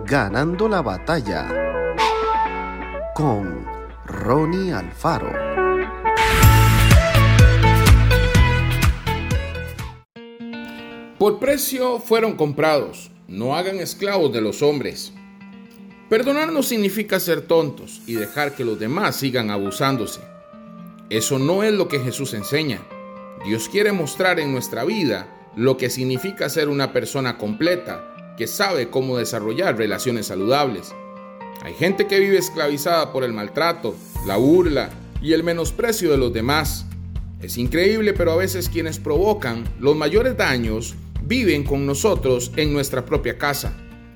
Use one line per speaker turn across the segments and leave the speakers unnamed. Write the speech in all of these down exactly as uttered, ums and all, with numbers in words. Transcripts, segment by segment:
Ganando la batalla con Ronnie Alfaro.
Por precio fueron comprados, no hagan esclavos de los hombres. Perdonar no significa ser tontos y dejar que los demás sigan abusándose. Eso no es lo que Jesús enseña. Dios quiere mostrar en nuestra vida lo que significa ser una persona completa, que sabe cómo desarrollar relaciones saludables. Hay gente que vive esclavizada por el maltrato, la burla y el menosprecio de los demás. Es increíble, pero a veces quienes provocan los mayores daños viven con nosotros en nuestra propia casa.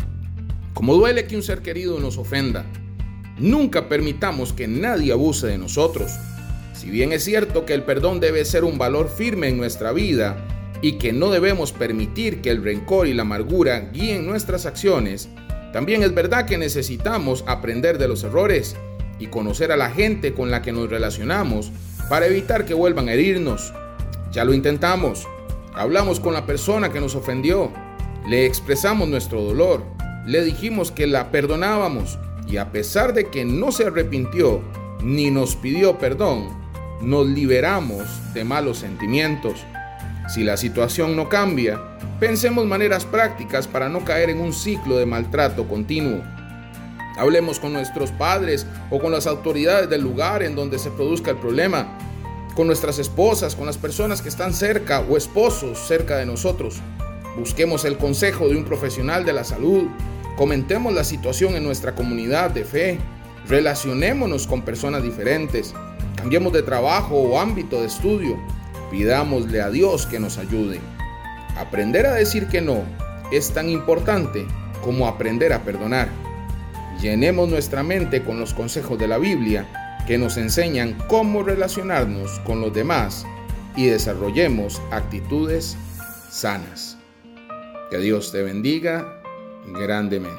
Como duele que un ser querido nos ofenda. Nunca permitamos que nadie abuse de nosotros. Si bien es cierto que el perdón debe ser un valor firme en nuestra vida y que no debemos permitir que el rencor y la amargura guíen nuestras acciones, también es verdad que necesitamos aprender de los errores y conocer a la gente con la que nos relacionamos para evitar que vuelvan a herirnos. Ya lo intentamos. Hablamos con la persona que nos ofendió, le expresamos nuestro dolor, le dijimos que la perdonábamos y a pesar de que no se arrepintió ni nos pidió perdón, nos liberamos de malos sentimientos. Si la situación no cambia, pensemos maneras prácticas para no caer en un ciclo de maltrato continuo. Hablemos con nuestros padres o con las autoridades del lugar en donde se produzca el problema, con nuestras esposas, con las personas que están cerca o esposos cerca de nosotros. Busquemos el consejo de un profesional de la salud, comentemos la situación en nuestra comunidad de fe, relacionémonos con personas diferentes, cambiemos de trabajo o ámbito de estudio, pidámosle a Dios que nos ayude. Aprender a decir que no es tan importante como aprender a perdonar. Llenemos nuestra mente con los consejos de la Biblia que nos enseñan cómo relacionarnos con los demás y desarrollemos actitudes sanas. Que Dios te bendiga grandemente.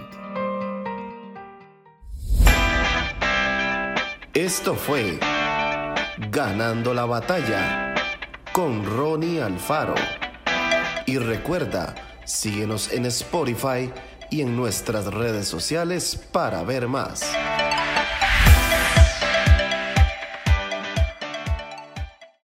Esto fue Ganando la batalla con Ronnie Alfaro. Y recuerda, síguenos en Spotify y en nuestras redes sociales para ver más.